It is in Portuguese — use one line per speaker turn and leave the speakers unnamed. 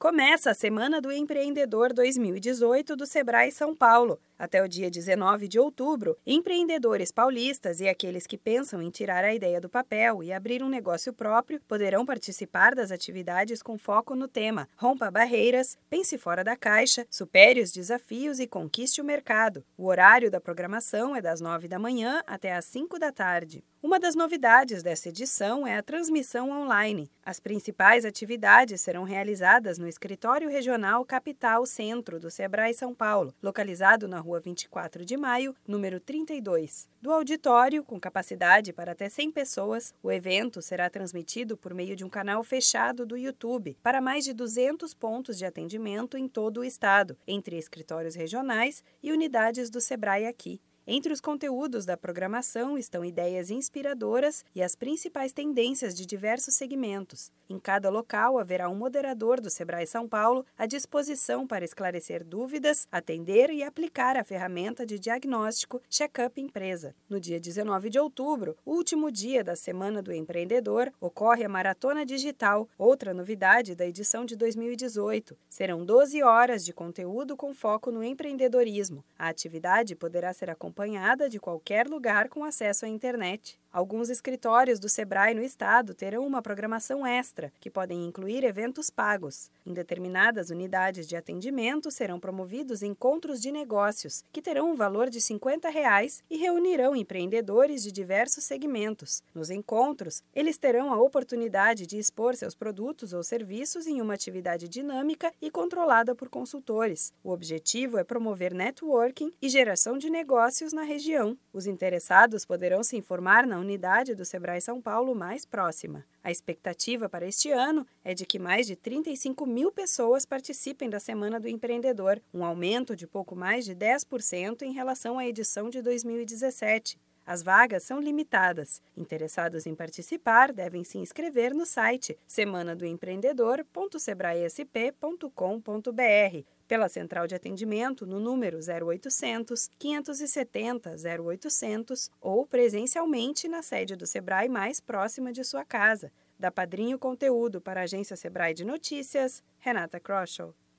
Começa a Semana do Empreendedor 2018 do Sebrae São Paulo. Até o dia 19 de outubro, empreendedores paulistas e aqueles que pensam em tirar a ideia do papel e abrir um negócio próprio poderão participar das atividades com foco no tema Rompa Barreiras, Pense Fora da Caixa, Supere os Desafios e Conquiste o Mercado. O horário da programação é das 9 da manhã até às 5 da tarde. Uma das novidades dessa edição é a transmissão online. As principais atividades serão realizadas no Escritório Regional Capital Centro do Sebrae São Paulo, localizado na Rua 24 de Maio, número 32. Do auditório, com capacidade para até 100 pessoas, o evento será transmitido por meio de um canal fechado do YouTube para mais de 200 pontos de atendimento em todo o estado, entre escritórios regionais e unidades do Sebrae aqui. Entre os conteúdos da programação estão ideias inspiradoras e as principais tendências de diversos segmentos. Em cada local haverá um moderador do Sebrae São Paulo à disposição para esclarecer dúvidas, atender e aplicar a ferramenta de diagnóstico Check-up Empresa. No dia 19 de outubro, último dia da Semana do Empreendedor, ocorre a Maratona Digital, outra novidade da edição de 2018. Serão 12 horas de conteúdo com foco no empreendedorismo. A atividade poderá ser acompanhada de qualquer lugar com acesso à internet. Alguns escritórios do Sebrae no estado terão uma programação extra, que podem incluir eventos pagos. Em determinadas unidades de atendimento serão promovidos encontros de negócios, que terão um valor de R$ 50 e reunirão empreendedores de diversos segmentos. Nos encontros, eles terão a oportunidade de expor seus produtos ou serviços em uma atividade dinâmica e controlada por consultores. O objetivo é promover networking e geração de negócios na região. Os interessados poderão se informar na unidade do Sebrae São Paulo mais próxima. A expectativa para este ano é de que mais de 35 mil pessoas participem da Semana do Empreendedor, um aumento de pouco mais de 10% em relação à edição de 2017. As vagas são limitadas. Interessados em participar devem se inscrever no site semanadoempreendedor.sebraesp.com.br, pela central de atendimento no número 0800 570 0800 ou presencialmente na sede do Sebrae mais próxima de sua casa. Da Padrinho Conteúdo para a Agência Sebrae de Notícias, Renata Kroschel.